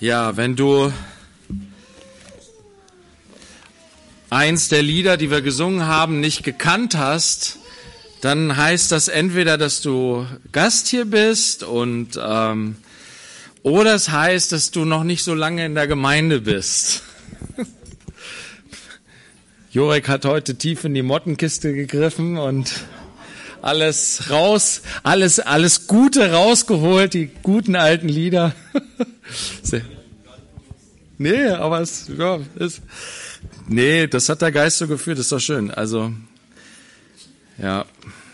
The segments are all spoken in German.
Ja, wenn du eins der Lieder, die wir gesungen haben, nicht gekannt hast, dann heißt das entweder, dass du Gast hier bist oder es heißt, dass du noch nicht so lange in der Gemeinde bist. Jurek hat heute tief in die Mottenkiste gegriffen und alles Gute rausgeholt, die guten alten Lieder. Nee, aber das hat der Geist so geführt, das ist doch schön. Also, ja.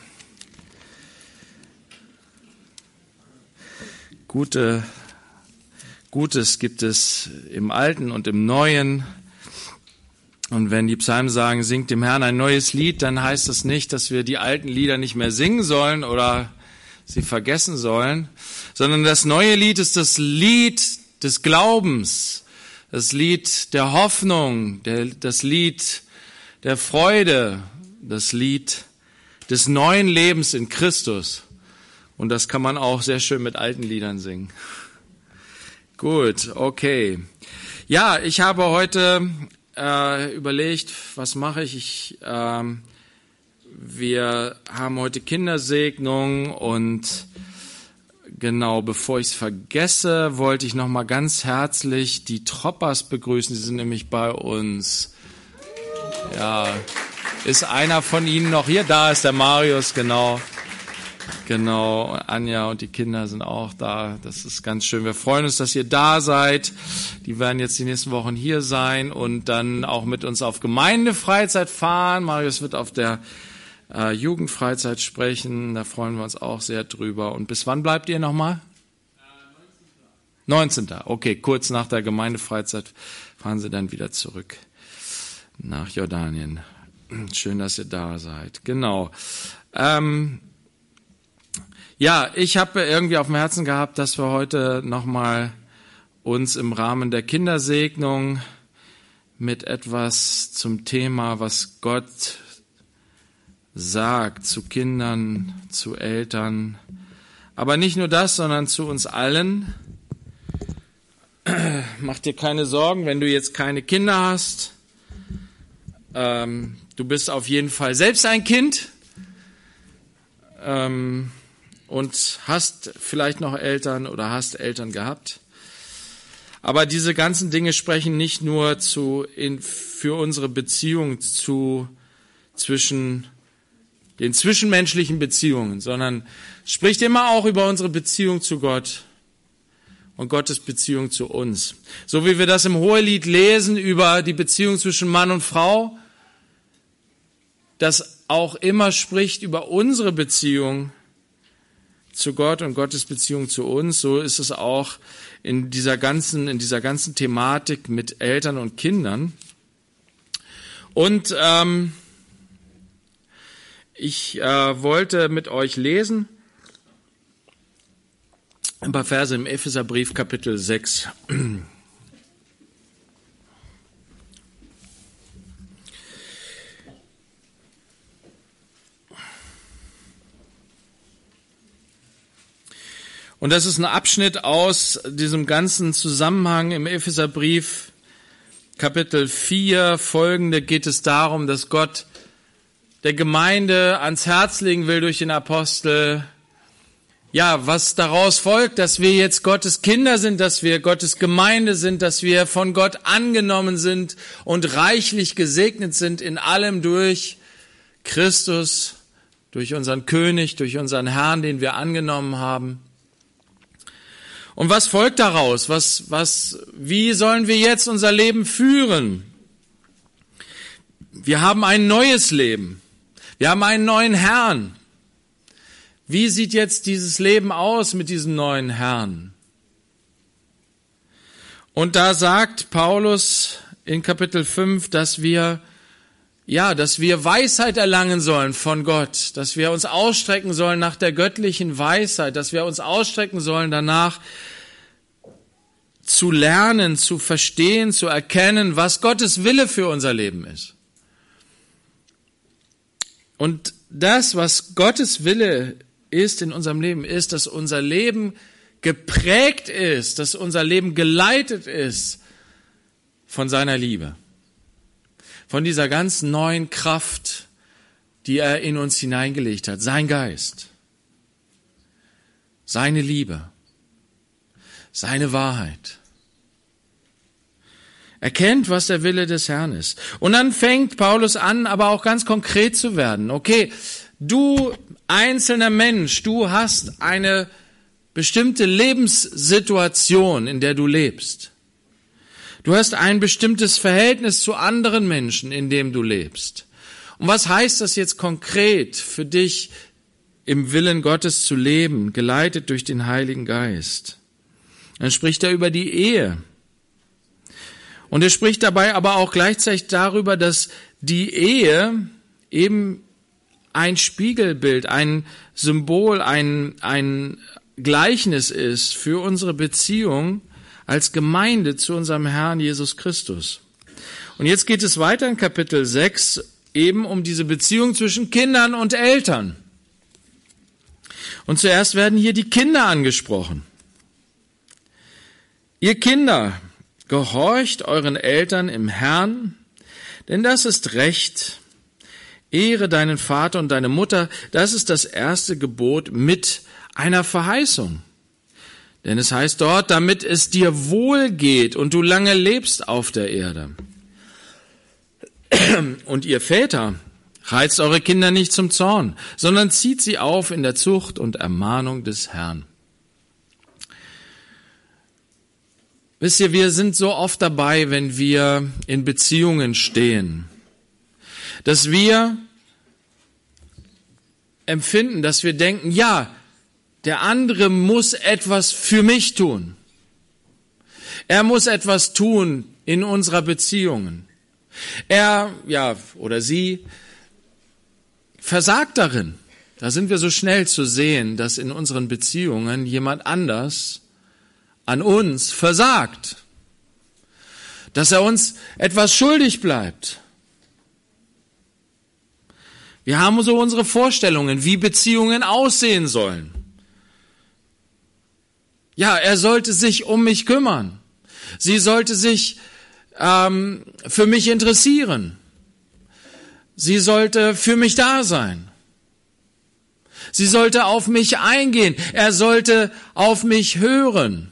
Gutes gibt es im Alten und im Neuen. Und wenn die Psalmen sagen, singt dem Herrn ein neues Lied, dann heißt das nicht, dass wir die alten Lieder nicht mehr singen sollen oder sie vergessen sollen, sondern das neue Lied ist das Lied des Glaubens, das Lied der Hoffnung, das Lied der Freude, das Lied des neuen Lebens in Christus. Und das kann man auch sehr schön mit alten Liedern singen. Gut, okay. Ja, ich habe heute überlegt, was mache ich? Wir haben heute Kindersegnung und genau, bevor ich es vergesse, wollte ich noch mal ganz herzlich die Troppers begrüßen. Die sind nämlich bei uns. Ja, ist einer von Ihnen noch hier? Da ist der Marius, genau. Genau, Anja und die Kinder sind auch da. Das ist ganz schön. Wir freuen uns, dass ihr da seid. Die werden jetzt die nächsten Wochen hier sein und dann auch mit uns auf Gemeindefreizeit fahren. Marius wird auf der Jugendfreizeit sprechen. Da freuen wir uns auch sehr drüber. Und bis wann bleibt ihr nochmal? 19. Okay, kurz nach der Gemeindefreizeit fahren sie dann wieder zurück nach Jordanien. Schön, dass ihr da seid. Genau. Ja, ich habe irgendwie auf dem Herzen gehabt, dass wir heute nochmal uns im Rahmen der Kindersegnung mit etwas zum Thema, was Gott sagt, zu Kindern, zu Eltern, aber nicht nur das, sondern zu uns allen. Mach dir keine Sorgen, wenn du jetzt keine Kinder hast. Du bist auf jeden Fall selbst ein Kind. Und hast vielleicht noch Eltern oder hast Eltern gehabt. Aber diese ganzen Dinge sprechen nicht nur für unsere Beziehung zwischen den zwischenmenschlichen Beziehungen, sondern spricht immer auch über unsere Beziehung zu Gott und Gottes Beziehung zu uns. So wie wir das im Hohelied lesen über die Beziehung zwischen Mann und Frau, das auch immer spricht über unsere Beziehung zu Gott und Gottes Beziehung zu uns, so ist es auch in dieser ganzen Thematik mit Eltern und Kindern. Und ich wollte mit euch lesen ein paar Verse im Epheserbrief Kapitel 6. Und das ist ein Abschnitt aus diesem ganzen Zusammenhang im Epheserbrief, Kapitel 4, folgende geht es darum, dass Gott der Gemeinde ans Herz legen will durch den Apostel. Ja, was daraus folgt, dass wir jetzt Gottes Kinder sind, dass wir Gottes Gemeinde sind, dass wir von Gott angenommen sind und reichlich gesegnet sind in allem durch Christus, durch unseren König, durch unseren Herrn, den wir angenommen haben. Und was folgt daraus? Wie sollen wir jetzt unser Leben führen? Wir haben ein neues Leben. Wir haben einen neuen Herrn. Wie sieht jetzt dieses Leben aus mit diesem neuen Herrn? Und da sagt Paulus in Kapitel 5, dass wir Weisheit erlangen sollen von Gott, dass wir uns ausstrecken sollen nach der göttlichen Weisheit, dass wir uns ausstrecken sollen danach, zu lernen, zu verstehen, zu erkennen, was Gottes Wille für unser Leben ist. Und das, was Gottes Wille ist in unserem Leben, ist, dass unser Leben geprägt ist, dass unser Leben geleitet ist von seiner Liebe, von dieser ganz neuen Kraft, die er in uns hineingelegt hat, sein Geist, seine Liebe, seine Wahrheit. Erkennt, was der Wille des Herrn ist. Und dann fängt Paulus an, aber auch ganz konkret zu werden. Okay, du einzelner Mensch, du hast eine bestimmte Lebenssituation, in der du lebst. Du hast ein bestimmtes Verhältnis zu anderen Menschen, in dem du lebst. Und was heißt das jetzt konkret für dich, im Willen Gottes zu leben, geleitet durch den Heiligen Geist? Dann spricht er über die Ehe. Und er spricht dabei aber auch gleichzeitig darüber, dass die Ehe eben ein Spiegelbild, ein Symbol, ein Gleichnis ist für unsere Beziehung als Gemeinde zu unserem Herrn Jesus Christus. Und jetzt geht es weiter in Kapitel 6 eben um diese Beziehung zwischen Kindern und Eltern. Und zuerst werden hier die Kinder angesprochen. Ihr Kinder, gehorcht euren Eltern im Herrn, denn das ist Recht. Ehre deinen Vater und deine Mutter, das ist das erste Gebot mit einer Verheißung. Denn es heißt dort, damit es dir wohl geht und du lange lebst auf der Erde. Und ihr Väter, reizt eure Kinder nicht zum Zorn, sondern zieht sie auf in der Zucht und Ermahnung des Herrn. Wisst ihr, wir sind so oft dabei, wenn wir in Beziehungen stehen, dass wir empfinden, dass wir denken, ja, der andere muss etwas für mich tun. Er muss etwas tun in unserer Beziehungen. Er, ja, oder sie versagt darin. Da sind wir so schnell zu sehen, dass in unseren Beziehungen jemand anders an uns versagt. Dass er uns etwas schuldig bleibt. Wir haben so unsere Vorstellungen, wie Beziehungen aussehen sollen. Ja, er sollte sich um mich kümmern. Sie sollte sich für mich interessieren. Sie sollte für mich da sein. Sie sollte auf mich eingehen. Er sollte auf mich hören.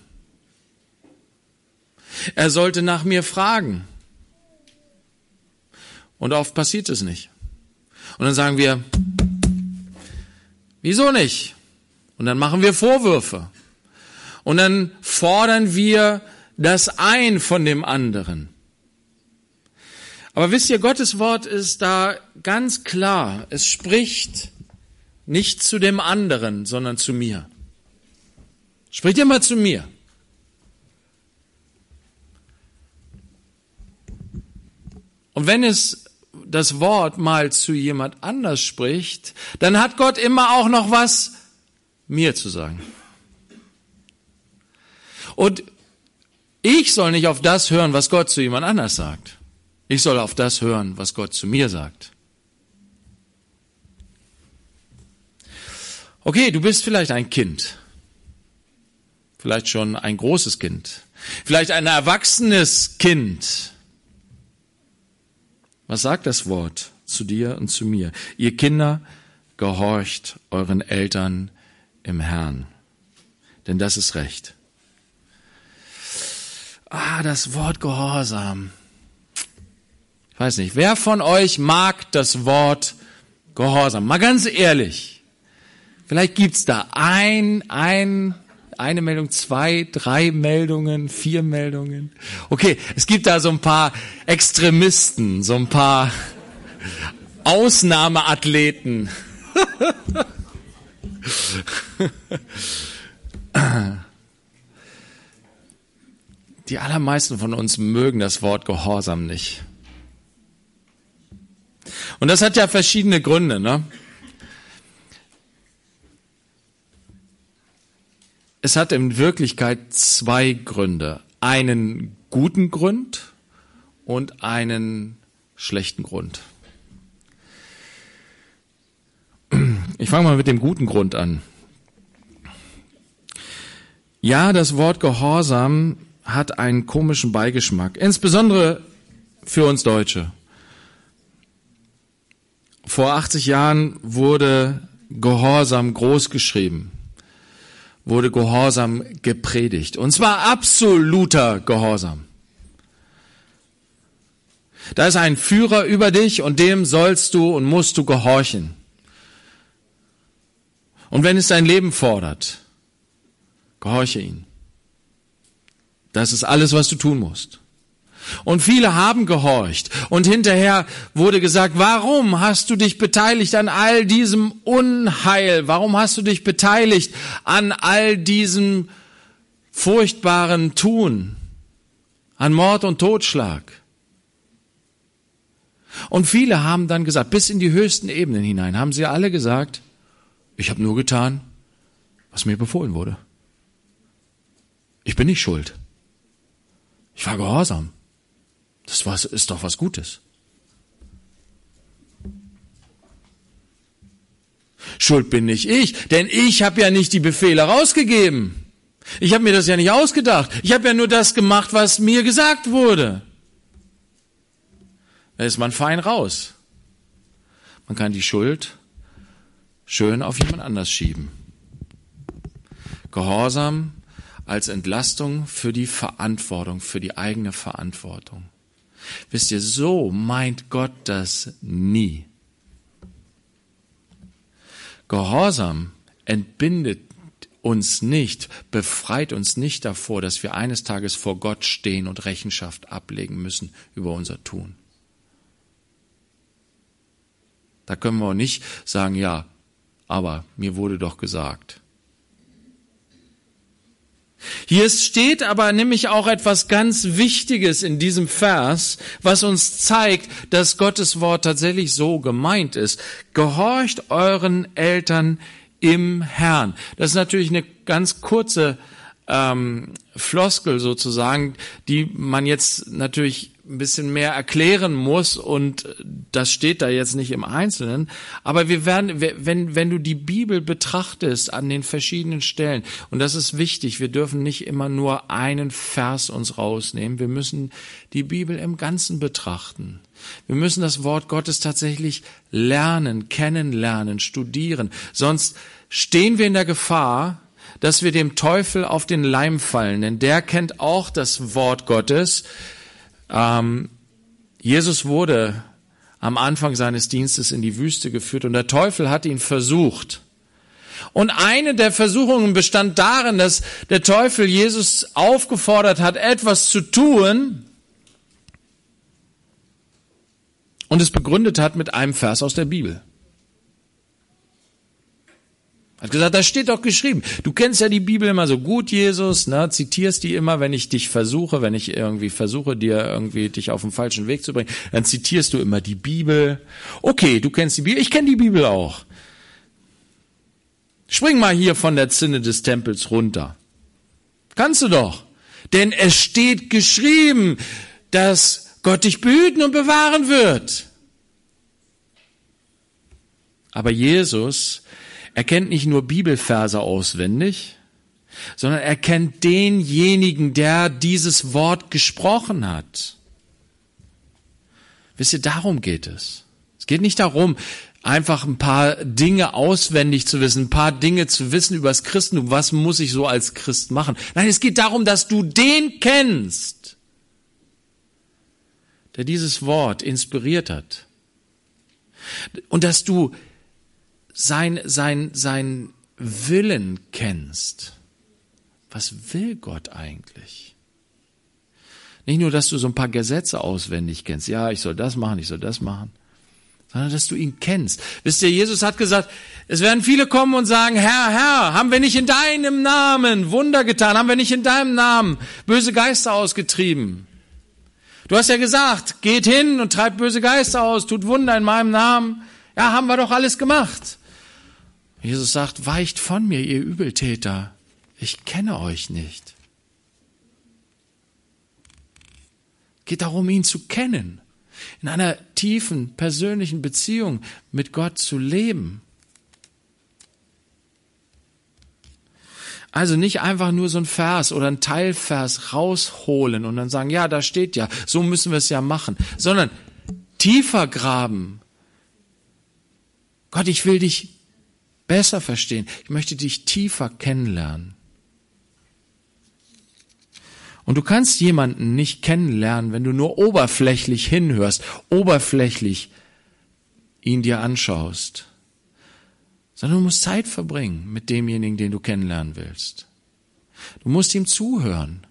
Er sollte nach mir fragen. Und oft passiert es nicht. Und dann sagen wir, wieso nicht? Und dann machen wir Vorwürfe. Und dann fordern wir das ein von dem anderen. Aber wisst ihr, Gottes Wort ist da ganz klar. Es spricht nicht zu dem anderen, sondern zu mir. Spricht immer zu mir. Und wenn es das Wort mal zu jemand anders spricht, dann hat Gott immer auch noch was mir zu sagen. Und ich soll nicht auf das hören, was Gott zu jemand anders sagt. Ich soll auf das hören, was Gott zu mir sagt. Okay, du bist vielleicht ein Kind. Vielleicht schon ein großes Kind. Vielleicht ein erwachsenes Kind. Was sagt das Wort zu dir und zu mir? Ihr Kinder, gehorcht euren Eltern im Herrn. Denn das ist Recht. Das Wort Gehorsam. Ich weiß nicht, wer von euch mag das Wort Gehorsam? Mal ganz ehrlich. Vielleicht gibt's da eine Meldung, 2, 3 Meldungen, 4 Meldungen. Okay, es gibt da so ein paar Extremisten, so ein paar Ausnahmeathleten. Die allermeisten von uns mögen das Wort Gehorsam nicht. Und das hat ja verschiedene Gründe, ne? Es hat in Wirklichkeit 2 Gründe. Einen guten Grund und einen schlechten Grund. Ich fange mal mit dem guten Grund an. Ja, das Wort Gehorsam hat einen komischen Beigeschmack, insbesondere für uns Deutsche. Vor 80 Jahren wurde Gehorsam groß geschrieben, wurde Gehorsam gepredigt, und zwar absoluter Gehorsam. Da ist ein Führer über dich und dem sollst du und musst du gehorchen. Und wenn es dein Leben fordert, gehorche ihm. Das ist alles, was du tun musst. Und viele haben gehorcht. Und hinterher wurde gesagt, warum hast du dich beteiligt an all diesem Unheil? Warum hast du dich beteiligt an all diesem furchtbaren Tun? An Mord und Totschlag? Und viele haben dann gesagt, bis in die höchsten Ebenen hinein, haben sie alle gesagt, ich habe nur getan, was mir befohlen wurde. Ich bin nicht schuld. Ich war gehorsam. Das ist doch was Gutes. Schuld bin nicht ich, denn ich habe ja nicht die Befehle rausgegeben. Ich habe mir das ja nicht ausgedacht. Ich habe ja nur das gemacht, was mir gesagt wurde. Da ist man fein raus. Man kann die Schuld schön auf jemand anders schieben. Gehorsam als Entlastung für die Verantwortung, für die eigene Verantwortung. Wisst ihr, so meint Gott das nie. Gehorsam entbindet uns nicht, befreit uns nicht davor, dass wir eines Tages vor Gott stehen und Rechenschaft ablegen müssen über unser Tun. Da können wir auch nicht sagen, ja, aber mir wurde doch gesagt. Hier steht aber nämlich auch etwas ganz Wichtiges in diesem Vers, was uns zeigt, dass Gottes Wort tatsächlich so gemeint ist. Gehorcht euren Eltern im Herrn. Das ist natürlich eine ganz kurze Floskel sozusagen, die man jetzt natürlich ein bisschen mehr erklären muss, und das steht da jetzt nicht im Einzelnen. Aber wir werden, wenn du die Bibel betrachtest an den verschiedenen Stellen, und das ist wichtig, wir dürfen nicht immer nur einen Vers uns rausnehmen, wir müssen die Bibel im Ganzen betrachten. Wir müssen das Wort Gottes tatsächlich lernen, kennenlernen, studieren. Sonst stehen wir in der Gefahr, dass wir dem Teufel auf den Leim fallen, denn der kennt auch das Wort Gottes. Jesus wurde am Anfang seines Dienstes in die Wüste geführt und der Teufel hat ihn versucht. Und eine der Versuchungen bestand darin, dass der Teufel Jesus aufgefordert hat, etwas zu tun und es begründet hat mit einem Vers aus der Bibel. Hat gesagt, da steht doch geschrieben. Du kennst ja die Bibel immer so gut, Jesus, ne? Zitierst die immer, wenn ich dich versuche, wenn ich irgendwie versuche, dir irgendwie dich auf den falschen Weg zu bringen, dann zitierst du immer die Bibel. Okay, du kennst die Bibel, ich kenne die Bibel auch. Spring mal hier von der Zinne des Tempels runter. Kannst du doch. Denn es steht geschrieben, dass Gott dich behüten und bewahren wird. Aber Jesus, er kennt nicht nur Bibelverse auswendig, sondern er kennt denjenigen, der dieses Wort gesprochen hat. Wisst ihr, darum geht es. Es geht nicht darum, einfach ein paar Dinge auswendig zu wissen, ein paar Dinge zu wissen über das Christentum. Was muss ich so als Christ machen? Nein, es geht darum, dass du den kennst, der dieses Wort inspiriert hat. Und dass du sein Willen kennst. Was will Gott eigentlich? Nicht nur, dass du so ein paar Gesetze auswendig kennst. Ja, ich soll das machen, sondern dass du ihn kennst. Wisst ihr, Jesus hat gesagt, es werden viele kommen und sagen, Herr, Herr, haben wir nicht in deinem Namen Wunder getan? Haben wir nicht in deinem Namen böse Geister ausgetrieben? Du hast ja gesagt, geht hin und treibt böse Geister aus, tut Wunder in meinem Namen. Ja, haben wir doch alles gemacht. Jesus sagt, weicht von mir, ihr Übeltäter. Ich kenne euch nicht. Geht darum, ihn zu kennen, in einer tiefen, persönlichen Beziehung mit Gott zu leben. Also nicht einfach nur so ein Vers oder ein Teilvers rausholen und dann sagen, ja, da steht ja, so müssen wir es ja machen, sondern tiefer graben. Gott, ich will dich besser verstehen. Ich möchte dich tiefer kennenlernen. Und du kannst jemanden nicht kennenlernen, wenn du nur oberflächlich hinhörst, oberflächlich ihn dir anschaust. Sondern du musst Zeit verbringen mit demjenigen, den du kennenlernen willst. Du musst ihm zuhören.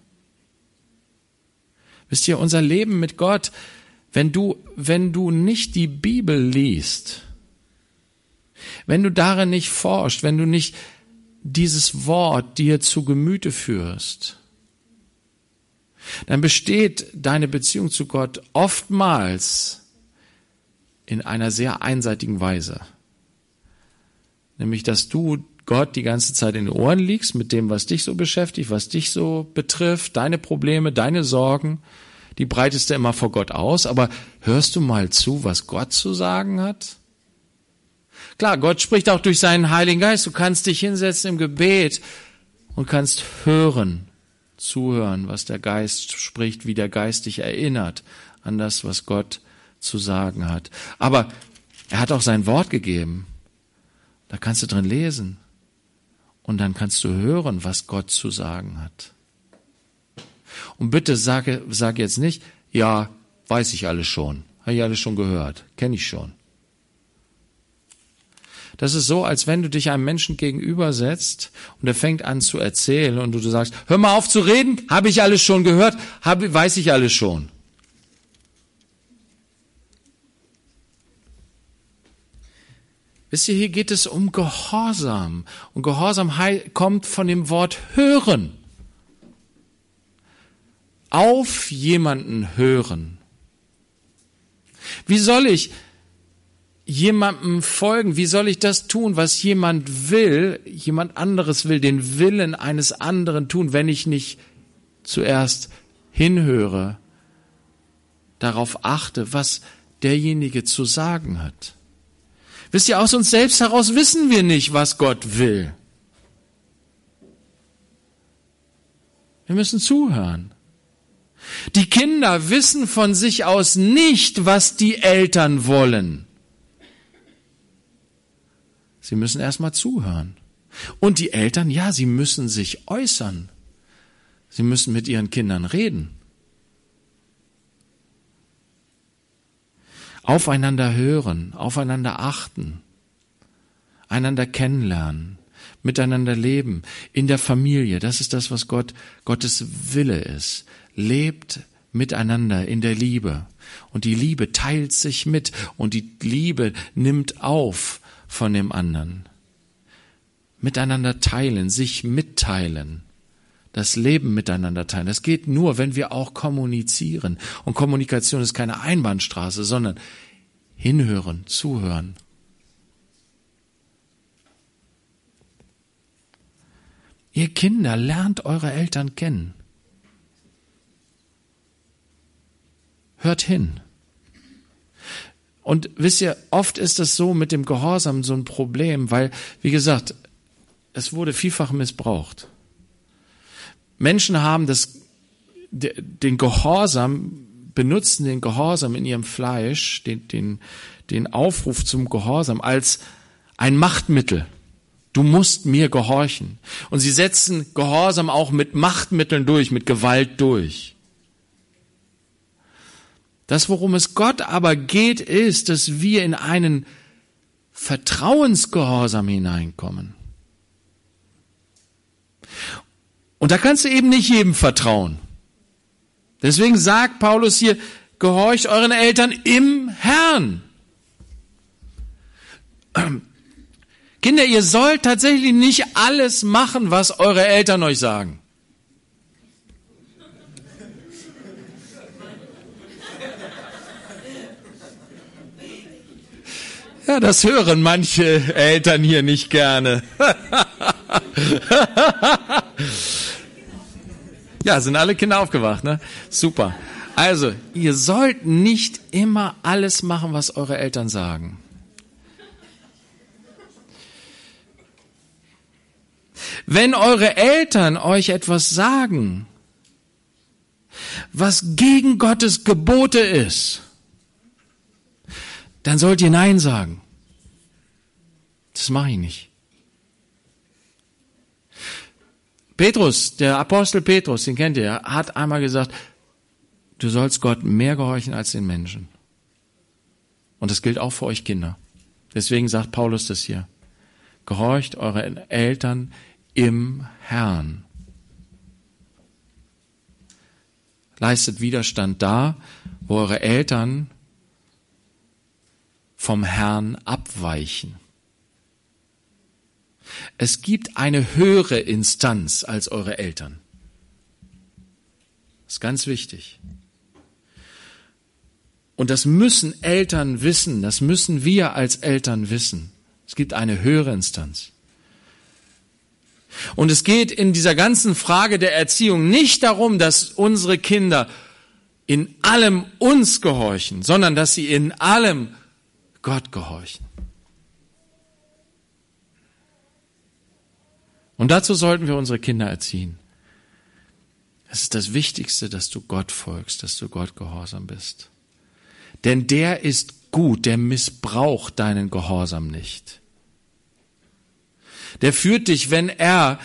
Wisst ihr, unser Leben mit Gott, wenn du nicht die Bibel liest, wenn du darin nicht forschst, wenn du nicht dieses Wort dir zu Gemüte führst, dann besteht deine Beziehung zu Gott oftmals in einer sehr einseitigen Weise. Nämlich, dass du Gott die ganze Zeit in den Ohren liegst mit dem, was dich so beschäftigt, was dich so betrifft, deine Probleme, deine Sorgen, die breitest du immer vor Gott aus, aber hörst du mal zu, was Gott zu sagen hat? Klar, Gott spricht auch durch seinen Heiligen Geist. Du kannst dich hinsetzen im Gebet und kannst zuhören, was der Geist spricht, wie der Geist dich erinnert an das, was Gott zu sagen hat. Aber er hat auch sein Wort gegeben. Da kannst du drin lesen. Und dann kannst du hören, was Gott zu sagen hat. Und bitte sag jetzt nicht, ja, weiß ich alles schon. Habe ich alles schon gehört. Kenne ich schon. Das ist so, als wenn du dich einem Menschen gegenübersetzt und er fängt an zu erzählen und du sagst, hör mal auf zu reden, habe ich alles schon gehört, weiß ich alles schon. Wisst ihr, hier geht es um Gehorsam. Und Gehorsam kommt von dem Wort hören. Auf jemanden hören. Wie soll ich jemandem folgen? Wie soll ich das tun, was jemand will, jemand anderes will, den Willen eines anderen tun, wenn ich nicht zuerst hinhöre, darauf achte, was derjenige zu sagen hat? Wisst ihr, aus uns selbst heraus wissen wir nicht, was Gott will. Wir müssen zuhören. Die Kinder wissen von sich aus nicht, was die Eltern wollen. Sie müssen erstmal zuhören. Und die Eltern, ja, sie müssen sich äußern. Sie müssen mit ihren Kindern reden. Aufeinander hören, aufeinander achten, einander kennenlernen, miteinander leben, in der Familie. Das ist das, was Gottes Wille ist. Lebt miteinander in der Liebe. Und die Liebe teilt sich mit und die Liebe nimmt auf von dem anderen. Miteinander teilen, sich mitteilen. Das Leben miteinander teilen. Das geht nur, wenn wir auch kommunizieren. Und Kommunikation ist keine Einbahnstraße, sondern hinhören, zuhören. Ihr Kinder, lernt eure Eltern kennen. Hört hin. Und wisst ihr, oft ist es so mit dem Gehorsam so ein Problem, weil, wie gesagt, es wurde vielfach missbraucht. Menschen haben den Gehorsam, benutzen den Gehorsam in ihrem Fleisch, den Aufruf zum Gehorsam als ein Machtmittel. Du musst mir gehorchen. Und sie setzen Gehorsam auch mit Machtmitteln durch, mit Gewalt durch. Das, worum es Gott aber geht, ist, dass wir in einen Vertrauensgehorsam hineinkommen. Und da kannst du eben nicht jedem vertrauen. Deswegen sagt Paulus hier, gehorcht euren Eltern im Herrn. Kinder, ihr sollt tatsächlich nicht alles machen, was eure Eltern euch sagen. Ja, das hören manche Eltern hier nicht gerne. Ja, sind alle Kinder aufgewacht, ne? Super. Also, ihr sollt nicht immer alles machen, was eure Eltern sagen. Wenn eure Eltern euch etwas sagen, was gegen Gottes Gebote ist, dann sollt ihr Nein sagen. Das mache ich nicht. Petrus, der Apostel Petrus, den kennt ihr, hat einmal gesagt, du sollst Gott mehr gehorchen als den Menschen. Und das gilt auch für euch Kinder. Deswegen sagt Paulus das hier. Gehorcht euren Eltern im Herrn. Leistet Widerstand da, wo eure Eltern vom Herrn abweichen. Es gibt eine höhere Instanz als eure Eltern. Das ist ganz wichtig. Und das müssen Eltern wissen, das müssen wir als Eltern wissen. Es gibt eine höhere Instanz. Und es geht in dieser ganzen Frage der Erziehung nicht darum, dass unsere Kinder in allem uns gehorchen, sondern dass sie in allem Gott gehorchen. Und dazu sollten wir unsere Kinder erziehen. Es ist das Wichtigste, dass du Gott folgst, dass du Gott gehorsam bist. Denn der ist gut, der missbraucht deinen Gehorsam nicht. Der führt dich, wenn er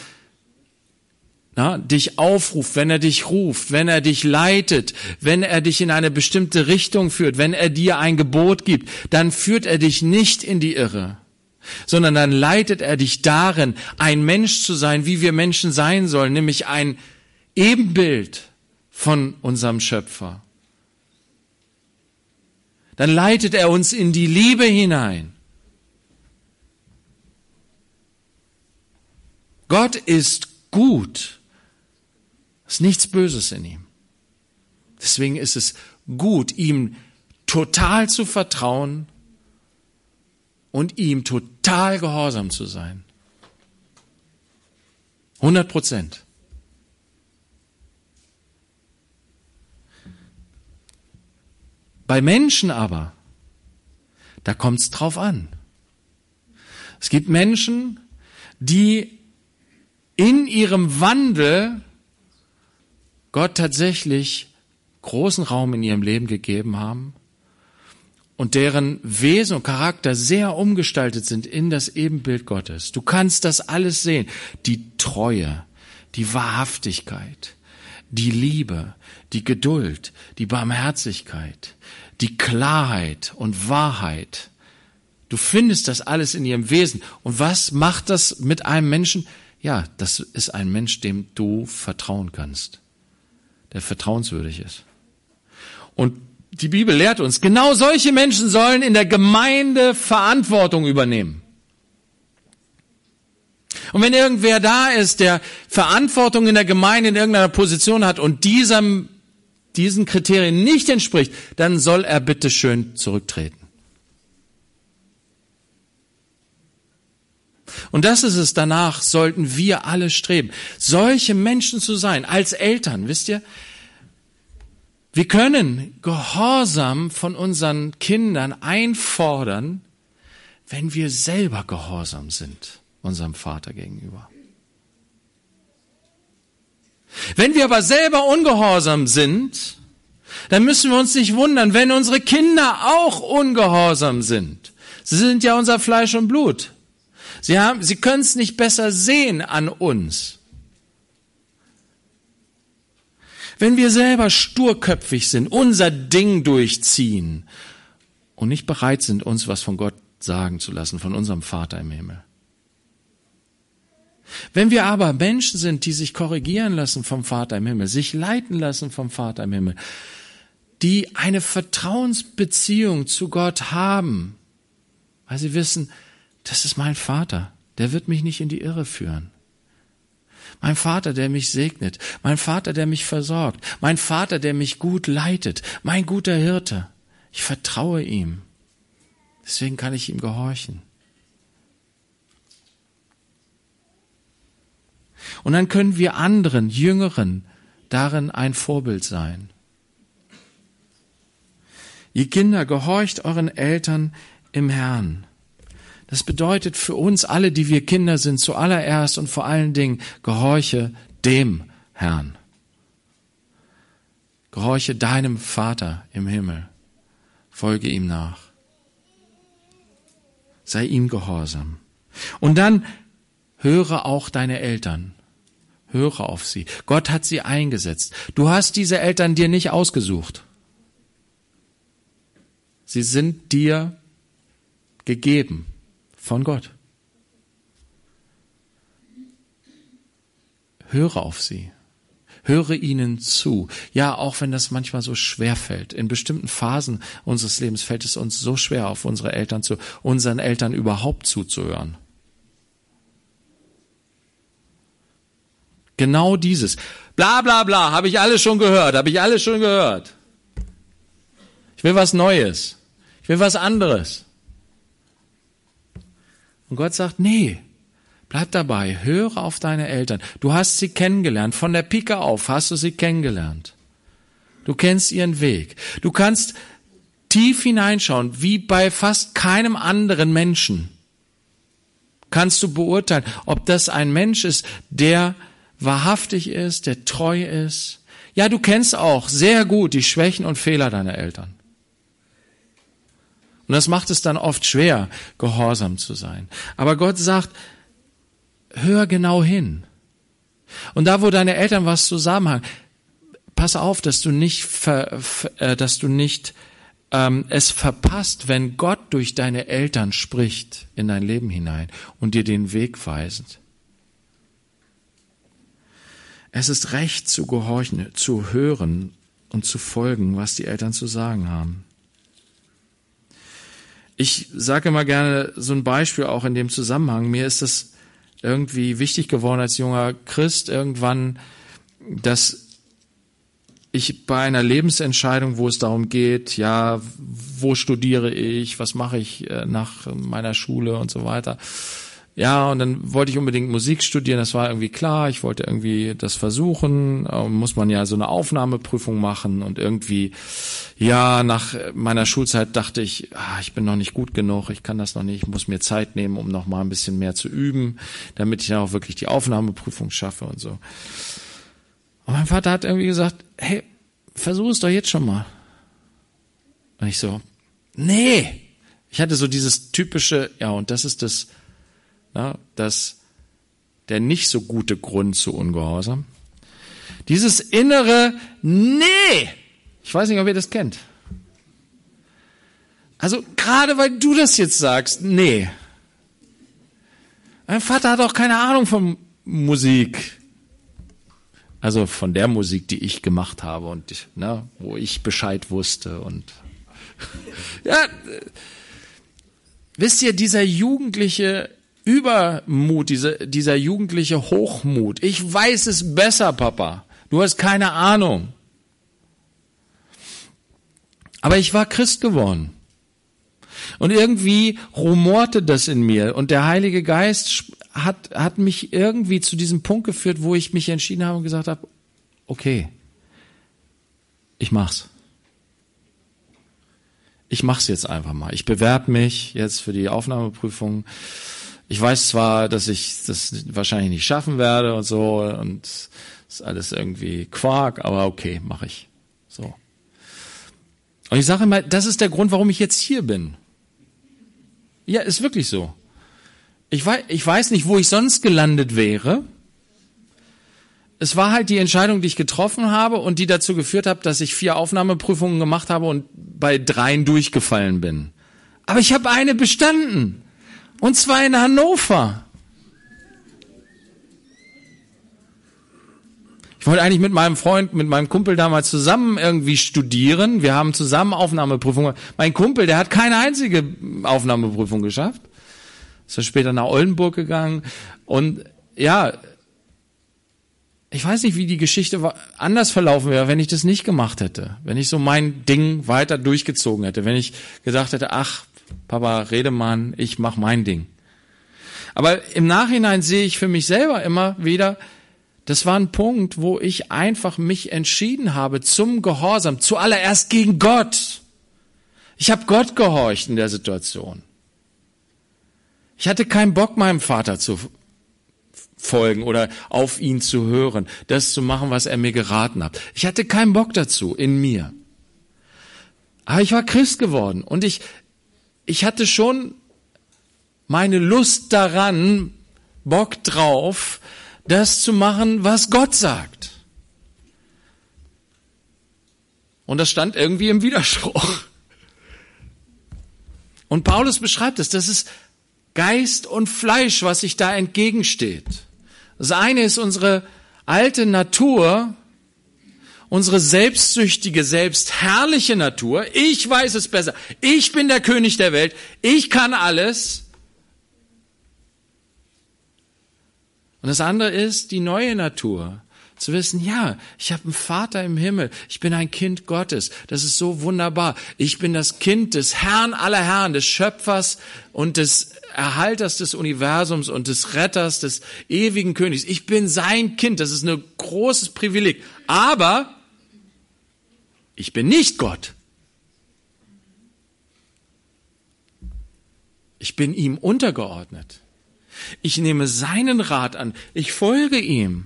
dich aufruft, wenn er dich ruft, wenn er dich leitet, wenn er dich in eine bestimmte Richtung führt, wenn er dir ein Gebot gibt, dann führt er dich nicht in die Irre, sondern dann leitet er dich darin, ein Mensch zu sein, wie wir Menschen sein sollen, nämlich ein Ebenbild von unserem Schöpfer. Dann leitet er uns in die Liebe hinein. Gott ist gut. Es ist nichts Böses in ihm. Deswegen ist es gut, ihm total zu vertrauen und ihm total gehorsam zu sein. 100%. Bei Menschen aber, da kommt es drauf an. Es gibt Menschen, die in ihrem Wandel Gott tatsächlich großen Raum in ihrem Leben gegeben haben und deren Wesen und Charakter sehr umgestaltet sind in das Ebenbild Gottes. Du kannst das alles sehen. Die Treue, die Wahrhaftigkeit, die Liebe, die Geduld, die Barmherzigkeit, die Klarheit und Wahrheit. Du findest das alles in ihrem Wesen. Und was macht das mit einem Menschen? Ja, das ist ein Mensch, dem du vertrauen kannst, der vertrauenswürdig ist. Und die Bibel lehrt uns, genau solche Menschen sollen in der Gemeinde Verantwortung übernehmen. Und wenn irgendwer da ist, der Verantwortung in der Gemeinde in irgendeiner Position hat und diesen Kriterien nicht entspricht, dann soll er bitte schön zurücktreten. Und das ist es, danach sollten wir alle streben, solche Menschen zu sein, als Eltern, wisst ihr? Wir können Gehorsam von unseren Kindern einfordern, wenn wir selber gehorsam sind, unserem Vater gegenüber. Wenn wir aber selber ungehorsam sind, dann müssen wir uns nicht wundern, wenn unsere Kinder auch ungehorsam sind. Sie sind ja unser Fleisch und Blut. Sie können es nicht besser sehen an uns. Wenn wir selber sturköpfig sind, unser Ding durchziehen und nicht bereit sind, uns was von Gott sagen zu lassen, von unserem Vater im Himmel. Wenn wir aber Menschen sind, die sich korrigieren lassen vom Vater im Himmel, sich leiten lassen vom Vater im Himmel, die eine Vertrauensbeziehung zu Gott haben, weil sie wissen, das ist mein Vater, der wird mich nicht in die Irre führen. Mein Vater, der mich segnet, mein Vater, der mich versorgt, mein Vater, der mich gut leitet, mein guter Hirte. Ich vertraue ihm. Deswegen kann ich ihm gehorchen. Und dann können wir anderen, Jüngeren, darin ein Vorbild sein. Ihr Kinder, gehorcht euren Eltern im Herrn. Das bedeutet für uns alle, die wir Kinder sind, zuallererst und vor allen Dingen, gehorche dem Herrn. Gehorche deinem Vater im Himmel. Folge ihm nach. Sei ihm gehorsam. Und dann höre auch deine Eltern. Höre auf sie. Gott hat sie eingesetzt. Du hast diese Eltern dir nicht ausgesucht. Sie sind dir gegeben von Gott. Höre auf sie. Höre ihnen zu. Ja, auch wenn das manchmal so schwer fällt. In bestimmten Phasen unseres Lebens fällt es uns so schwer, auf unseren Eltern überhaupt zuzuhören. Genau dieses. Bla bla bla, habe ich alles schon gehört. Ich will was Neues. Ich will was anderes. Und Gott sagt, nee, bleib dabei, höre auf deine Eltern. Du hast sie kennengelernt, von der Pike auf hast du sie kennengelernt. Du kennst ihren Weg. Du kannst tief hineinschauen, wie bei fast keinem anderen Menschen. Kannst du beurteilen, ob das ein Mensch ist, der wahrhaftig ist, der treu ist. Ja, du kennst auch sehr gut die Schwächen und Fehler deiner Eltern. Und das macht es dann oft schwer, gehorsam zu sein. Aber Gott sagt, hör genau hin. Und da, wo deine Eltern was zusammenhängen, pass auf, dass du nicht es verpasst, wenn Gott durch deine Eltern spricht in dein Leben hinein und dir den Weg weist. Es ist recht zu gehorchen, zu hören und zu folgen, was die Eltern zu sagen haben. Ich sage immer gerne so ein Beispiel auch in dem Zusammenhang. Mir ist das irgendwie wichtig geworden als junger Christ irgendwann, dass ich bei einer Lebensentscheidung, wo es darum geht, ja, wo studiere ich, was mache ich nach meiner Schule und so weiter. Ja, und dann wollte ich unbedingt Musik studieren, das war irgendwie klar, ich wollte irgendwie das versuchen, muss man ja so eine Aufnahmeprüfung machen und irgendwie, ja, nach meiner Schulzeit dachte ich, ich bin noch nicht gut genug, ich kann das noch nicht, ich muss mir Zeit nehmen, um noch mal ein bisschen mehr zu üben, damit ich dann auch wirklich die Aufnahmeprüfung schaffe und so. Und mein Vater hat irgendwie gesagt, hey, versuch es doch jetzt schon mal. Und ich so, nee. Ich hatte so dieses typische, ja, und das ist das, der nicht so gute Grund zu Ungehorsam. Dieses innere Nee. Ich weiß nicht, ob ihr das kennt. Also gerade weil du das jetzt sagst, nee. Mein Vater hat auch keine Ahnung von Musik. Also von der Musik, die ich gemacht habe und wo ich Bescheid wusste und ja, wisst ihr, dieser jugendliche Übermut, dieser jugendliche Hochmut. Ich weiß es besser, Papa. Du hast keine Ahnung. Aber ich war Christ geworden. Und irgendwie rumorte das in mir. Und der Heilige Geist hat mich irgendwie zu diesem Punkt geführt, wo ich mich entschieden habe und gesagt habe, okay, ich mach's. Ich mach's jetzt einfach mal. Ich bewerbe mich jetzt für die Aufnahmeprüfung. Ich weiß zwar, dass ich das wahrscheinlich nicht schaffen werde und so und das ist alles irgendwie Quark, aber okay, mache ich. So. Und ich sage immer, das ist der Grund, warum ich jetzt hier bin. Ja, ist wirklich so. Ich weiß nicht, wo ich sonst gelandet wäre. Es war halt die Entscheidung, die ich getroffen habe und die dazu geführt hat, dass ich 4 Aufnahmeprüfungen gemacht habe und bei 3 durchgefallen bin. Aber ich habe eine bestanden. Und zwar in Hannover. Ich wollte eigentlich mit meinem Freund, mit meinem Kumpel damals zusammen irgendwie studieren. Wir haben zusammen Aufnahmeprüfungen. Mein Kumpel, der hat keine einzige Aufnahmeprüfung geschafft. Ist dann später nach Oldenburg gegangen. Und ja, ich weiß nicht, wie die Geschichte anders verlaufen wäre, wenn ich das nicht gemacht hätte. Wenn ich so mein Ding weiter durchgezogen hätte. Wenn ich gedacht hätte, ach, Papa, Redemann, ich mach mein Ding. Aber im Nachhinein sehe ich für mich selber immer wieder, das war ein Punkt, wo ich einfach mich entschieden habe zum Gehorsam, zuallererst gegen Gott. Ich habe Gott gehorcht in der Situation. Ich hatte keinen Bock, meinem Vater zu folgen oder auf ihn zu hören, das zu machen, was er mir geraten hat. Ich hatte keinen Bock dazu in mir. Aber ich war Christ geworden und ich hatte schon meine Lust daran, Bock drauf, das zu machen, was Gott sagt. Und das stand irgendwie im Widerspruch. Und Paulus beschreibt es, das ist Geist und Fleisch, was sich da entgegensteht. Das eine ist unsere alte Natur, unsere selbstsüchtige, selbstherrliche Natur. Ich weiß es besser. Ich bin der König der Welt. Ich kann alles. Und das andere ist die neue Natur. Zu wissen, ja, ich habe einen Vater im Himmel. Ich bin ein Kind Gottes. Das ist so wunderbar. Ich bin das Kind des Herrn aller Herren, des Schöpfers und des Erhalters des Universums und des Retters, des ewigen Königs. Ich bin sein Kind. Das ist ein großes Privileg. Aber ich bin nicht Gott. Ich bin ihm untergeordnet. Ich nehme seinen Rat an. Ich folge ihm.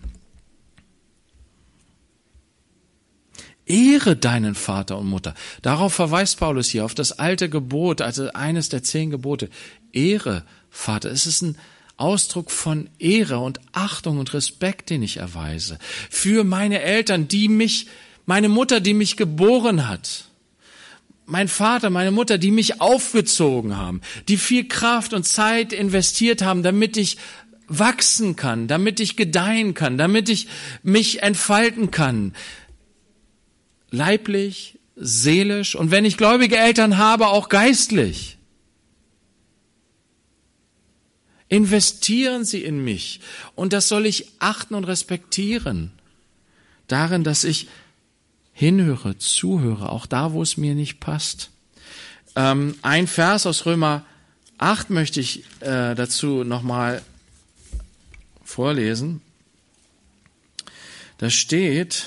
Ehre deinen Vater und Mutter. Darauf verweist Paulus hier, auf das alte Gebot, also eines der 10 Gebote. Ehre, Vater. Es ist ein Ausdruck von Ehre und Achtung und Respekt, den ich erweise. Für meine Eltern, meine Mutter, die mich geboren hat. Mein Vater, meine Mutter, die mich aufgezogen haben, die viel Kraft und Zeit investiert haben, damit ich wachsen kann, damit ich gedeihen kann, damit ich mich entfalten kann. Leiblich, seelisch und wenn ich gläubige Eltern habe, auch geistlich. Investieren Sie in mich und das soll ich achten und respektieren. Darin, dass ich hinhöre, zuhöre, auch da, wo es mir nicht passt. Ein Vers aus Römer 8 möchte ich dazu nochmal vorlesen. Da steht: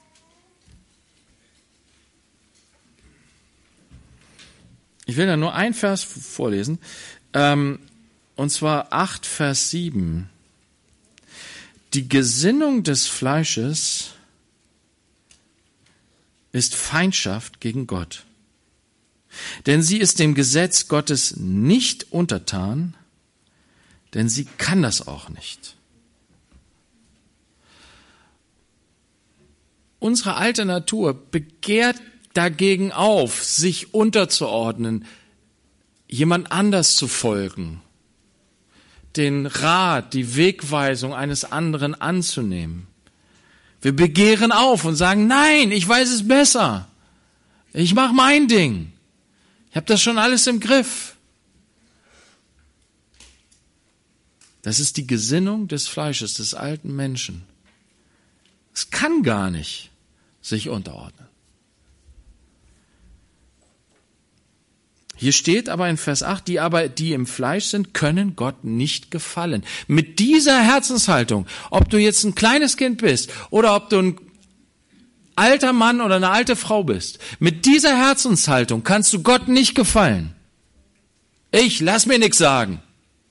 Ich will da nur ein Vers vorlesen, und zwar 8, Vers 7. Die Gesinnung des Fleisches ist Feindschaft gegen Gott, denn sie ist dem Gesetz Gottes nicht untertan, denn sie kann das auch nicht. Unsere alte Natur begehrt dagegen auf, sich unterzuordnen, jemand anders zu folgen, den Rat, die Wegweisung eines anderen anzunehmen. Wir begehren auf und sagen, nein, ich weiß es besser. Ich mache mein Ding. Ich habe das schon alles im Griff. Das ist die Gesinnung des Fleisches, des alten Menschen. Es kann gar nicht sich unterordnen. Hier steht aber in Vers 8, die im Fleisch sind, können Gott nicht gefallen. Mit dieser Herzenshaltung, ob du jetzt ein kleines Kind bist oder ob du ein alter Mann oder eine alte Frau bist, mit dieser Herzenshaltung kannst du Gott nicht gefallen. Lass mir nichts sagen.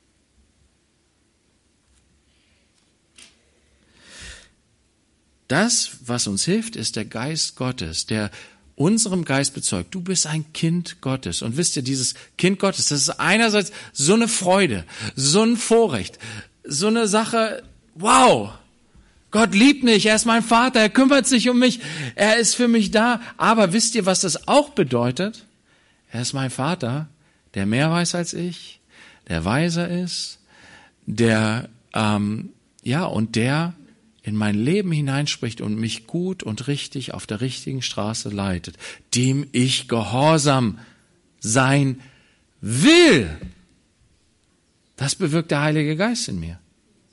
Das, was uns hilft, ist der Geist Gottes, der unserem Geist bezeugt, du bist ein Kind Gottes. Und wisst ihr, dieses Kind Gottes, das ist einerseits so eine Freude, so ein Vorrecht, so eine Sache, wow, Gott liebt mich, er ist mein Vater, er kümmert sich um mich, er ist für mich da. Aber wisst ihr, was das auch bedeutet? Er ist mein Vater, der mehr weiß als ich, der weiser ist, der in mein Leben hineinspricht und mich gut und richtig auf der richtigen Straße leitet, dem ich gehorsam sein will. Das bewirkt der Heilige Geist in mir.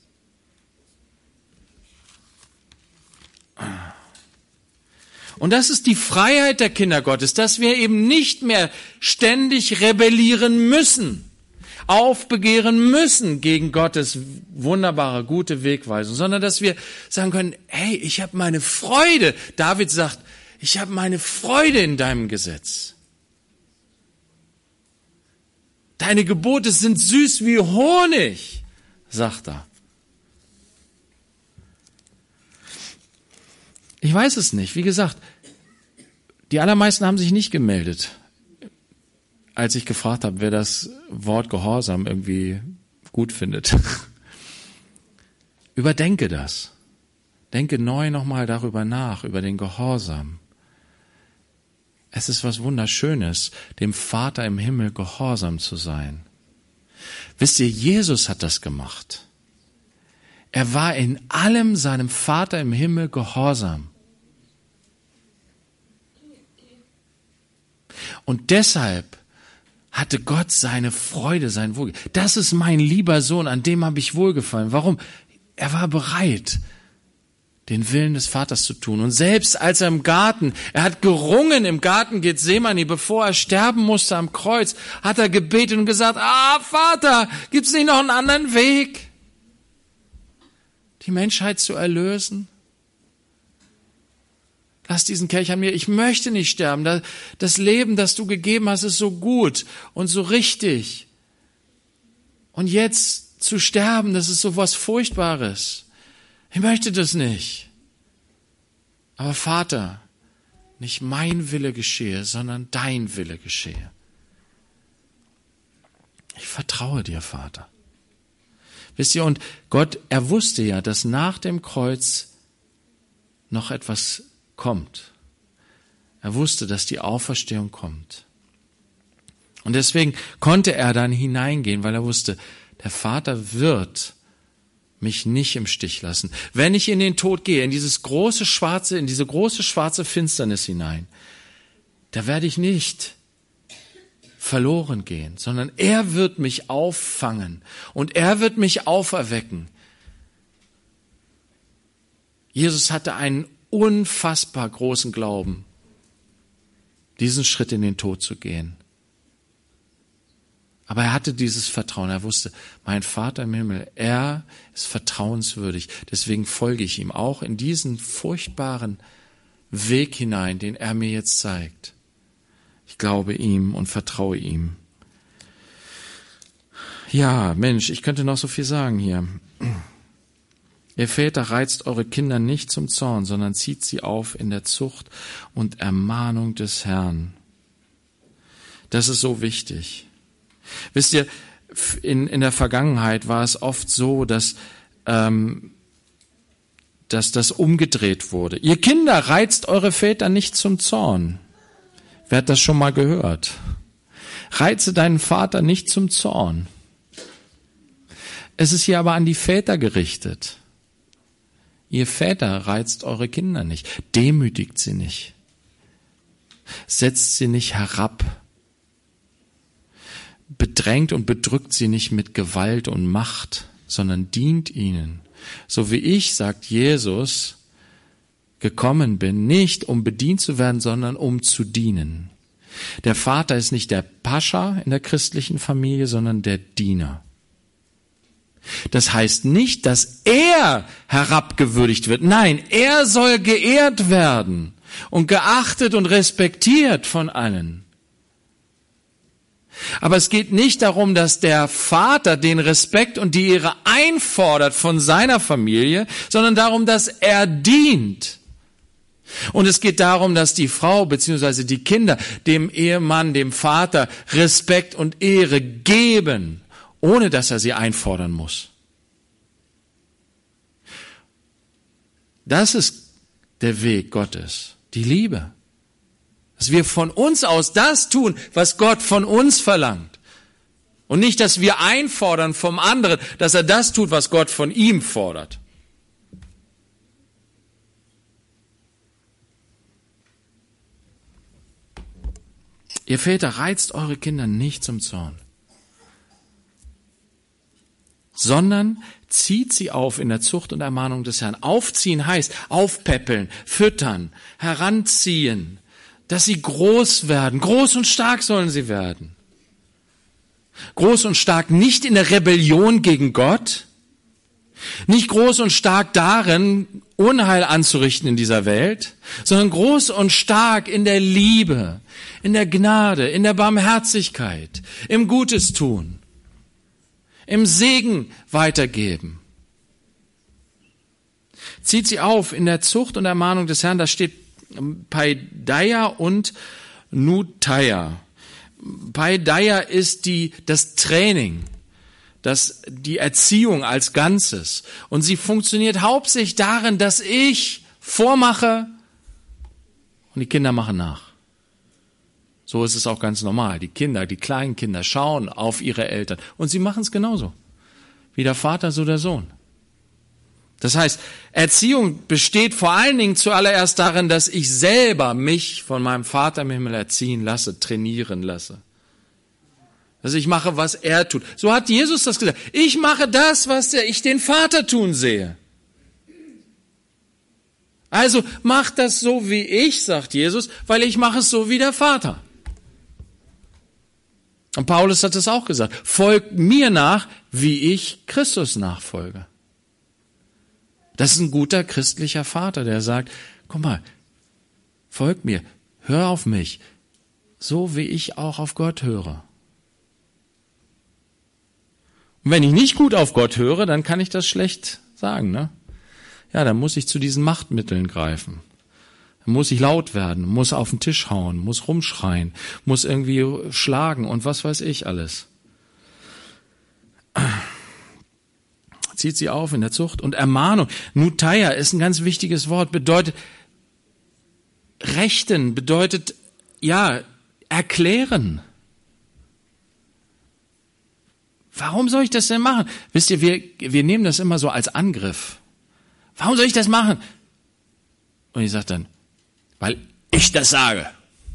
Und das ist die Freiheit der Kinder Gottes, dass wir eben nicht mehr ständig rebellieren müssen, aufbegehren müssen gegen Gottes wunderbare, gute Wegweisung, sondern dass wir sagen können, hey, ich habe meine Freude. David sagt, ich habe meine Freude in deinem Gesetz. Deine Gebote sind süß wie Honig, sagt er. Ich weiß es nicht. Wie gesagt, die allermeisten haben sich nicht gemeldet, als ich gefragt habe, wer das Wort Gehorsam irgendwie gut findet. Überdenke das. Denke neu nochmal darüber nach, über den Gehorsam. Es ist was Wunderschönes, dem Vater im Himmel gehorsam zu sein. Wisst ihr, Jesus hat das gemacht. Er war in allem seinem Vater im Himmel gehorsam. Und deshalb hatte Gott seine Freude, sein Wohlgefallen. Das ist mein lieber Sohn, an dem habe ich wohlgefallen. Warum? Er war bereit, den Willen des Vaters zu tun. Und selbst als er er hat gerungen im Garten Gethsemane, bevor er sterben musste am Kreuz, hat er gebetet und gesagt, Vater, gibt's nicht noch einen anderen Weg, die Menschheit zu erlösen? Lass diesen Kelch an mir, ich möchte nicht sterben. Das Leben, das du gegeben hast, ist so gut und so richtig. Und jetzt zu sterben, das ist so was Furchtbares. Ich möchte das nicht. Aber Vater, nicht mein Wille geschehe, sondern dein Wille geschehe. Ich vertraue dir, Vater. Wisst ihr, und Gott, er wusste ja, dass nach dem Kreuz noch etwas kommt. Er wusste, dass die Auferstehung kommt. Und deswegen konnte er dann hineingehen, weil er wusste, der Vater wird mich nicht im Stich lassen. Wenn ich in den Tod gehe, in diese große schwarze Finsternis hinein, da werde ich nicht verloren gehen, sondern er wird mich auffangen und er wird mich auferwecken. Jesus hatte einen unfassbar großen Glauben, diesen Schritt in den Tod zu gehen. Aber er hatte dieses Vertrauen. Er wusste, mein Vater im Himmel, er ist vertrauenswürdig. Deswegen folge ich ihm auch in diesen furchtbaren Weg hinein, den er mir jetzt zeigt. Ich glaube ihm und vertraue ihm. Ja, Mensch, ich könnte noch so viel sagen hier. Ihr Väter, reizt eure Kinder nicht zum Zorn, sondern zieht sie auf in der Zucht und Ermahnung des Herrn. Das ist so wichtig. Wisst ihr, in der Vergangenheit war es oft so, dass das umgedreht wurde. Ihr Kinder, reizt eure Väter nicht zum Zorn. Wer hat das schon mal gehört? Reize deinen Vater nicht zum Zorn. Es ist hier aber an die Väter gerichtet. Ihr Väter, reizt eure Kinder nicht. Demütigt sie nicht. Setzt sie nicht herab. Bedrängt und bedrückt sie nicht mit Gewalt und Macht, sondern dient ihnen. So wie ich, sagt Jesus, gekommen bin, nicht um bedient zu werden, sondern um zu dienen. Der Vater ist nicht der Pascha in der christlichen Familie, sondern der Diener. Das heißt nicht, dass er herabgewürdigt wird. Nein, er soll geehrt werden und geachtet und respektiert von allen. Aber es geht nicht darum, dass der Vater den Respekt und die Ehre einfordert von seiner Familie, sondern darum, dass er dient. Und es geht darum, dass die Frau bzw. die Kinder dem Ehemann, dem Vater Respekt und Ehre geben, ohne dass er sie einfordern muss. Das ist der Weg Gottes, die Liebe. Dass wir von uns aus das tun, was Gott von uns verlangt. Und nicht, dass wir einfordern vom anderen, dass er das tut, was Gott von ihm fordert. Ihr Väter, reizt eure Kinder nicht zum Zorn, sondern zieht sie auf in der Zucht und Ermahnung des Herrn. Aufziehen heißt aufpäppeln, füttern, heranziehen, dass sie groß werden. Groß und stark sollen sie werden. Groß und stark nicht in der Rebellion gegen Gott, Nicht groß und stark darin, Unheil anzurichten in dieser Welt, sondern groß und stark in der Liebe, in der Gnade, in der Barmherzigkeit, im Gutes tun, im Segen weitergeben. Zieht sie auf in der Zucht und Ermahnung des Herrn, da steht Paideia und Nuteia. Paideia ist das Training, die Erziehung als Ganzes. Und sie funktioniert hauptsächlich darin, dass ich vormache und die Kinder machen nach. So ist es auch ganz normal. Die kleinen Kinder schauen auf ihre Eltern und sie machen es genauso. Wie der Vater, so der Sohn. Das heißt, Erziehung besteht vor allen Dingen zuallererst darin, dass ich selber mich von meinem Vater im Himmel erziehen lasse, trainieren lasse. Dass ich mache, was er tut. So hat Jesus das gesagt. Ich mache das, was ich den Vater tun sehe. Also mach das so wie ich, sagt Jesus, weil ich mache es so wie der Vater. Und Paulus hat es auch gesagt. Folgt mir nach, wie ich Christus nachfolge. Das ist ein guter christlicher Vater, der sagt, guck mal, folgt mir, hör auf mich, so wie ich auch auf Gott höre. Und wenn ich nicht gut auf Gott höre, dann kann ich das schlecht sagen, ne? Ja, dann muss ich zu diesen Machtmitteln greifen. Dann muss ich laut werden, muss auf den Tisch hauen, muss rumschreien, muss irgendwie schlagen und was weiß ich alles. Zieht sie auf in der Zucht und Ermahnung. Nuteia ist ein ganz wichtiges Wort, bedeutet rechten, bedeutet, ja, erklären. Warum soll ich das denn machen? Wisst ihr, wir nehmen das immer so als Angriff. Warum soll ich das machen? Und ich sage dann, weil ich das sage.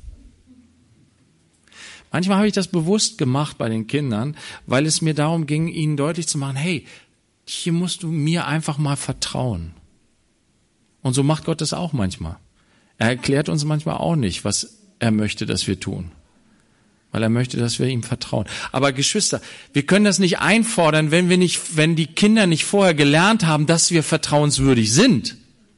Manchmal habe ich das bewusst gemacht bei den Kindern, weil es mir darum ging, ihnen deutlich zu machen, hey, hier musst du mir einfach mal vertrauen. Und so macht Gott das auch manchmal. Er erklärt uns manchmal auch nicht, was er möchte, dass wir tun. Weil er möchte, dass wir ihm vertrauen. Aber Geschwister, wir können das nicht einfordern, wenn die Kinder nicht vorher gelernt haben, dass wir vertrauenswürdig sind.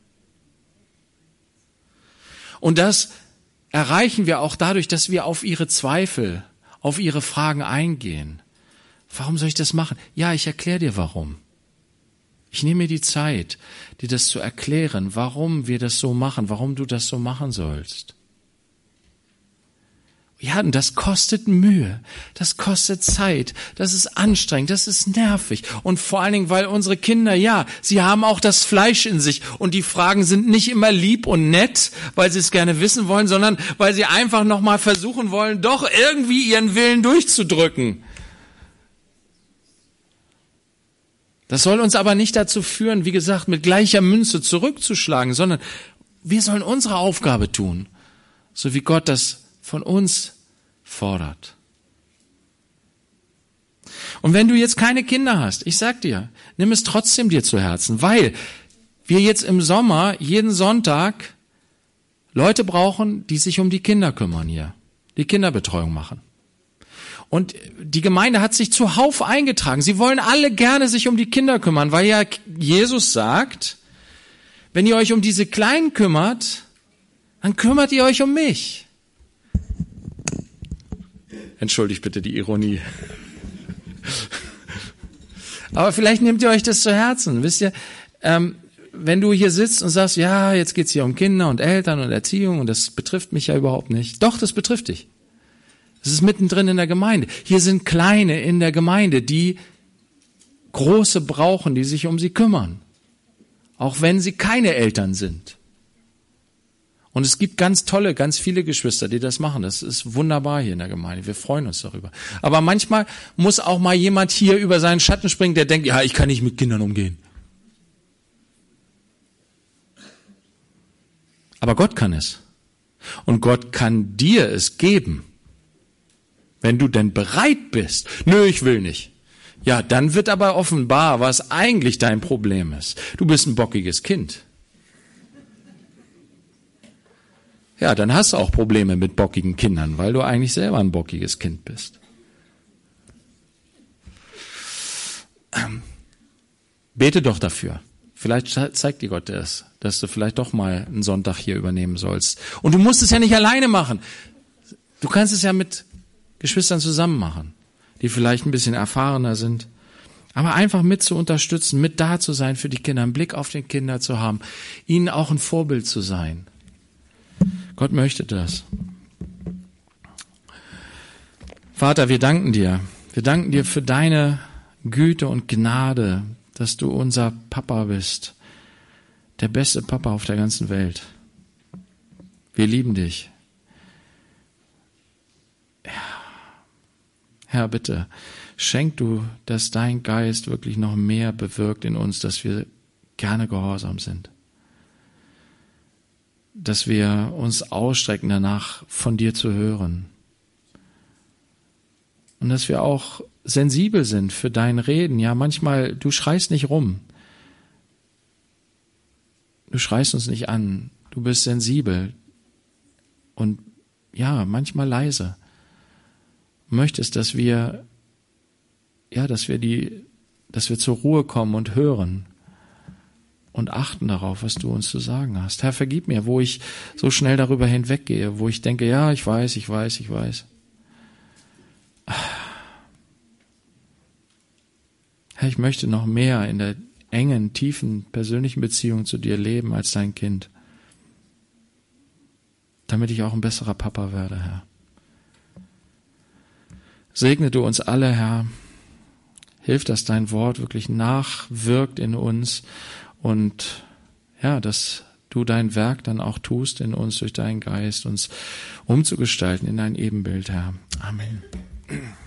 Und das erreichen wir auch dadurch, dass wir auf ihre Zweifel, auf ihre Fragen eingehen. Warum soll ich das machen? Ja, ich erkläre dir warum. Ich nehme mir die Zeit, dir das zu erklären, warum wir das so machen, warum du das so machen sollst. Ja, und das kostet Mühe, das kostet Zeit, das ist anstrengend, das ist nervig. Und vor allen Dingen, weil unsere Kinder, ja, sie haben auch das Fleisch in sich und die Fragen sind nicht immer lieb und nett, weil sie es gerne wissen wollen, sondern weil sie einfach nochmal versuchen wollen, doch irgendwie ihren Willen durchzudrücken. Das soll uns aber nicht dazu führen, wie gesagt, mit gleicher Münze zurückzuschlagen, sondern wir sollen unsere Aufgabe tun, so wie Gott das von uns fordert. Und wenn du jetzt keine Kinder hast, ich sag dir, nimm es trotzdem dir zu Herzen, weil wir jetzt im Sommer jeden Sonntag Leute brauchen, die sich um die Kinder kümmern hier, die Kinderbetreuung machen. Und die Gemeinde hat sich zuhauf eingetragen. Sie wollen alle gerne sich um die Kinder kümmern, weil ja Jesus sagt, wenn ihr euch um diese Kleinen kümmert, dann kümmert ihr euch um mich. Entschuldigt bitte die Ironie. Aber vielleicht nehmt ihr euch das zu Herzen. Wisst ihr, wenn du hier sitzt und sagst, ja, jetzt geht's hier um Kinder und Eltern und Erziehung und das betrifft mich ja überhaupt nicht. Doch, das betrifft dich. Es ist mittendrin in der Gemeinde. Hier sind Kleine in der Gemeinde, die Große brauchen, die sich um sie kümmern. Auch wenn sie keine Eltern sind. Und es gibt ganz viele Geschwister, die das machen. Das ist wunderbar hier in der Gemeinde. Wir freuen uns darüber. Aber manchmal muss auch mal jemand hier über seinen Schatten springen, der denkt, ja, ich kann nicht mit Kindern umgehen. Aber Gott kann es. Und Gott kann dir es geben. Wenn du denn bereit bist, nö, ich will nicht. Ja, dann wird aber offenbar, was eigentlich dein Problem ist. Du bist ein bockiges Kind. Ja, dann hast du auch Probleme mit bockigen Kindern, weil du eigentlich selber ein bockiges Kind bist. Bete doch dafür. Vielleicht zeigt dir Gott das, dass du vielleicht doch mal einen Sonntag hier übernehmen sollst. Und du musst es ja nicht alleine machen. Du kannst es ja mit Geschwistern zusammen machen, die vielleicht ein bisschen erfahrener sind. Aber einfach mit zu unterstützen, mit da zu sein für die Kinder, einen Blick auf die Kinder zu haben, ihnen auch ein Vorbild zu sein. Gott möchte das. Vater, wir danken dir. Wir danken dir für deine Güte und Gnade, dass du unser Papa bist, der beste Papa auf der ganzen Welt. Wir lieben dich. Herr, bitte, schenk du, dass dein Geist wirklich noch mehr bewirkt in uns, dass wir gerne gehorsam sind. Dass wir uns ausstrecken danach, von dir zu hören. Und dass wir auch sensibel sind für dein Reden. Ja, manchmal, du schreist nicht rum. Du schreist uns nicht an. Du bist sensibel. Und ja, manchmal leise. Du möchtest, dass wir zur Ruhe kommen und hören und achten darauf, was du uns zu sagen hast. Herr, vergib mir, wo ich so schnell darüber hinweggehe, wo ich denke, ja, ich weiß. Herr, ich möchte noch mehr in der engen, tiefen, persönlichen Beziehung zu dir leben als dein Kind, damit ich auch ein besserer Papa werde, Herr. Segne du uns alle, Herr. Hilf, dass dein Wort wirklich nachwirkt in uns und ja, dass du dein Werk dann auch tust in uns durch deinen Geist, uns umzugestalten in dein Ebenbild, Herr. Amen.